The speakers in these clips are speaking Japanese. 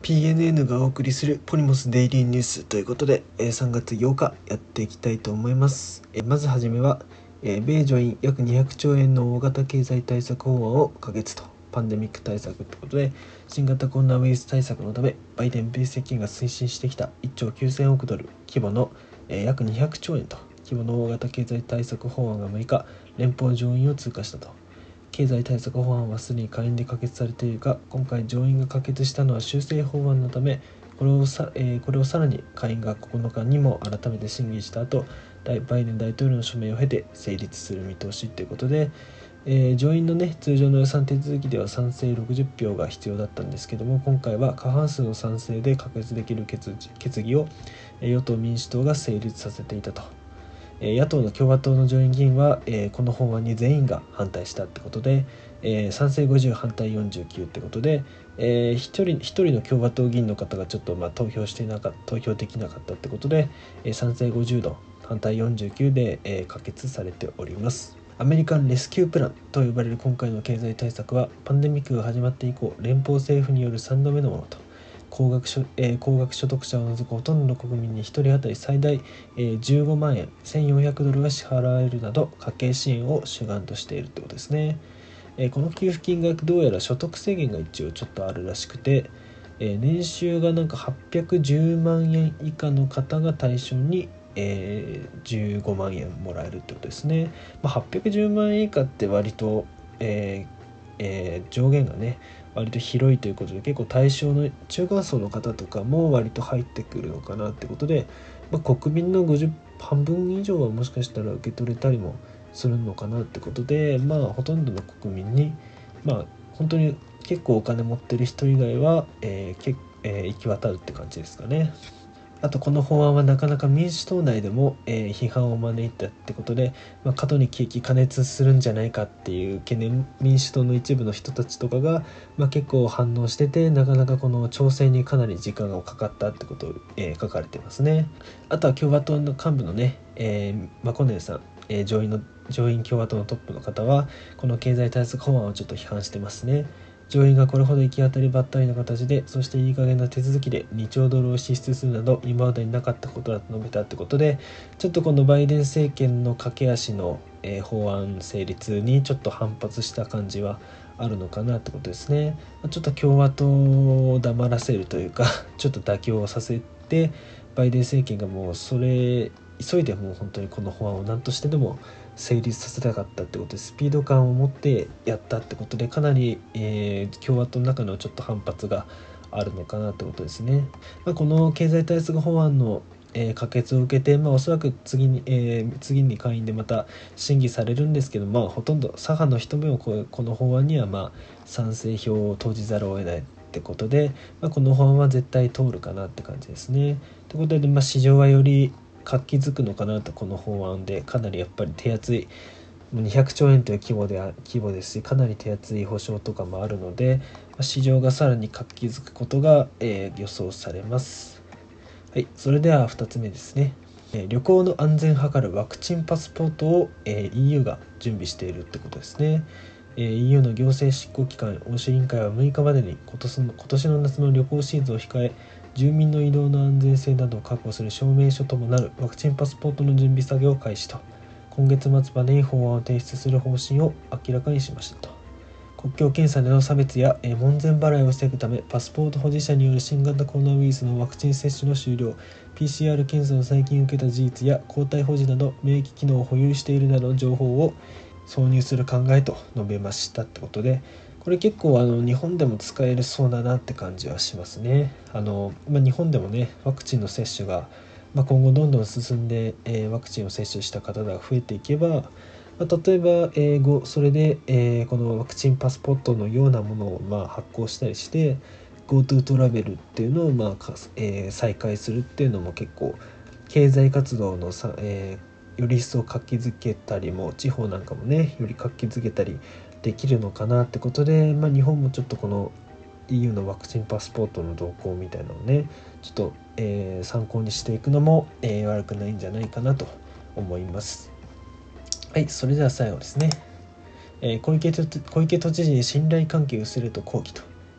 PNN がお送りするポリモスデイリーニュースということで、3月8日やっていきたいと思います。まずはじめは、米上院約200兆円の大型経済対策法案を可決と、パンデミック対策ということで、新型コロナウイルス対策のためバイデン米政権が推進してきた1兆9000億ドル規模の、約200兆円と規模の大型経済対策法案が6日連邦上院を通過したと。経済対策法案はすでに下院で可決されているが、今回上院が可決したのは修正法案のため、これをさらに下院が9日にも改めて審議した後、バイデン大統領の署名を経て成立する見通しということで、上院の通常の予算手続きでは賛成60票が必要だったんですけども、今回は過半数の賛成で可決できる決議を与党民主党が成立させていたと。野党の共和党の上院議員は、この法案に全員が反対したってことで、賛成50反対49ってことで、一人の共和党議員の方がちょっと投票できなかったってことで、賛成50度反対49で、可決されております。アメリカンレスキュープランと呼ばれる今回の経済対策は、パンデミックが始まって以降連邦政府による3度目のものと、高額所得者を除くほとんどの国民に1人当たり最大15万円1400ドルが支払えるなど、家計支援を主眼としているということですね。この給付金がどうやら所得制限が一応ちょっとあるらしくて、年収がなんか810万円以下の方が対象に、15万円もらえるってことですね。810万円以下って割と、上限がね割と広いということで、結構対象の中間層の方とかも割と入ってくるのかなってことで、国民の半分以上はもしかしたら受け取れたりもするのかなってことで、ほとんどの国民に本当に結構お金持ってる人以外は、行き渡るって感じですかね。あとこの法案はなかなか民主党内でも、批判を招いたってことで、過度に景気過熱するんじゃないかっていう懸念、民主党の一部の人たちとかが、結構反応してて、なかなかこの調整にかなり時間がかかったってことを、書かれてますね。あとは共和党の幹部のね、マコネルさん、上院共和党のトップの方はこの経済対策法案をちょっと批判してますね。上院がこれほど行き当たりばったりの形で、そしていい加減な手続きで2兆ドルを支出するなど今までになかったことだと述べたってことで、ちょっとこのバイデン政権の駆け足の、法案成立にちょっと反発した感じはあるのかなってことですね。ちょっと共和党を黙らせるというかちょっと妥協させて、バイデン政権がもう急いでもう本当にこの法案を何としてでも成立させたかったってことで、スピード感を持ってやったってことで、かなり、共和党の中のちょっと反発があるのかなってことですね。この経済対策法案の可決を受けて、おそらく次に下院でまた審議されるんですけど、ほとんど左派の人もこの法案には賛成票を投じざるを得ないってことで、この法案は絶対通るかなって感じですね。ということで、市場はより活気づくのかなと。この法案でかなりやっぱり手厚い200兆円という規模ですし、かなり手厚い保証とかもあるので、市場がさらに活気づくことが、予想されます。はい、それでは2つ目ですね。旅行の安全を図るワクチンパスポートを、EU が準備しているってことですね。EU の行政執行機関欧州委員会は6日までに今年の夏の旅行シーズンを控え、住民の移動の安全性などを確保する証明書ともなるワクチンパスポートの準備作業を開始と、今月末までに法案を提出する方針を明らかにしましたと。国境検査での差別や門前払いを防ぐため、パスポート保持者による新型コロナウイルスのワクチン接種の終了、 PCR 検査を最近受けた事実や抗体保持など免疫機能を保有しているなどの情報を挿入する考えと述べましたってことで、これ結構日本でも使えるそうだなって感じはしますね。日本でもねワクチンの接種が、今後どんどん進んで、ワクチンを接種した方が増えていけば、例えば、それで、このワクチンパスポートのようなものを発行したりして GoTo トラベルっていうのを再開するっていうのも結構経済活動のより一層活気づけたりも、地方なんかもねより活気づけたりできるのかなってことで、日本もちょっとこの EU のワクチンパスポートの動向みたいなのをねちょっと、参考にしていくのも、悪くないんじゃないかなと思います。はい、それでは最後ですね。小池都知事に信頼関係を薄れると抗議と。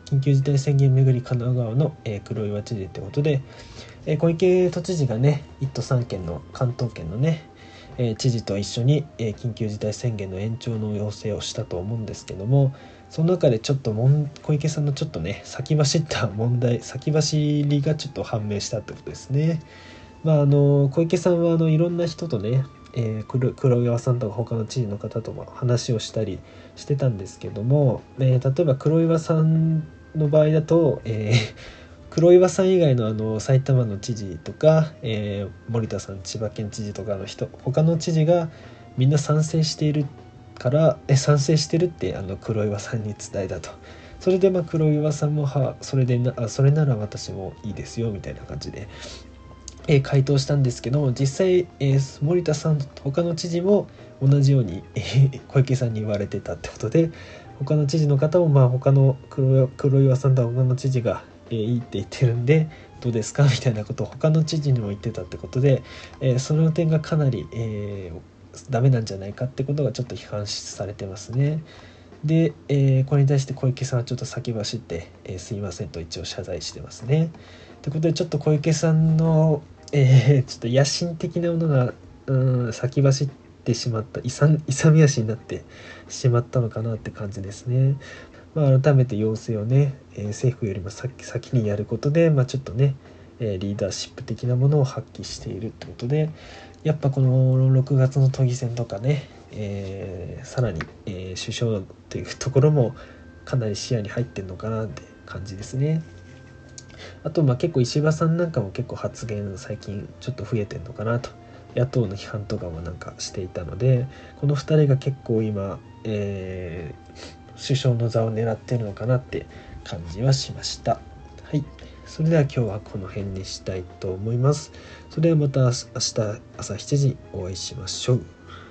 緊急事態宣言巡り神奈川の、黒岩知事ということで、小池都知事がね1都3県の関東圏のね、知事と一緒に、緊急事態宣言の延長の要請をしたと思うんですけども、その中でちょっと小池さんのちょっとね先走った問題、先走りがちょっと判明したってことですね。小池さんはいろんな人とね、黒岩さんとか他の知事の方とも話をしたりしてたんですけども、例えば黒岩さんの場合だと、黒岩さん以外の埼玉の知事とか、森田さん千葉県知事とかの他の知事がみんな賛成しているから賛成してるって黒岩さんに伝えたと。それで黒岩さんもそれなら私もいいですよみたいな感じで、回答したんですけど、実際、森田さんと他の知事も同じように、小池さんに言われてたってことで、他の知事の方も他の黒岩さんと他の知事が、いいって言ってるんでどうですかみたいなことを他の知事にも言ってたってことで、その点がかなり、ダメなんじゃないかってことがちょっと批判されてますね。で、これに対して小池さんはちょっと先走って、すいませんと一応謝罪してますね。ということでちょっと小池さんの、ちょっと野心的なものが、先走ってしまった勇み足になってしまったのかなって感じですね。改めて要請をね、政府よりも先にやることで、ちょっとね、リーダーシップ的なものを発揮しているってことで、やっぱこの6月の都議選とかね、さらに、首相っていうところもかなり視野に入ってるのかなって感じですね。あと結構石破さんなんかも結構発言最近ちょっと増えてるのかなと、野党の批判とかもなんかしていたので、この2人が結構今、首相の座を狙ってるのかなって感じはしました。はい、それでは今日はこの辺にしたいと思います。それではまた明日朝7時にお会いしましょう。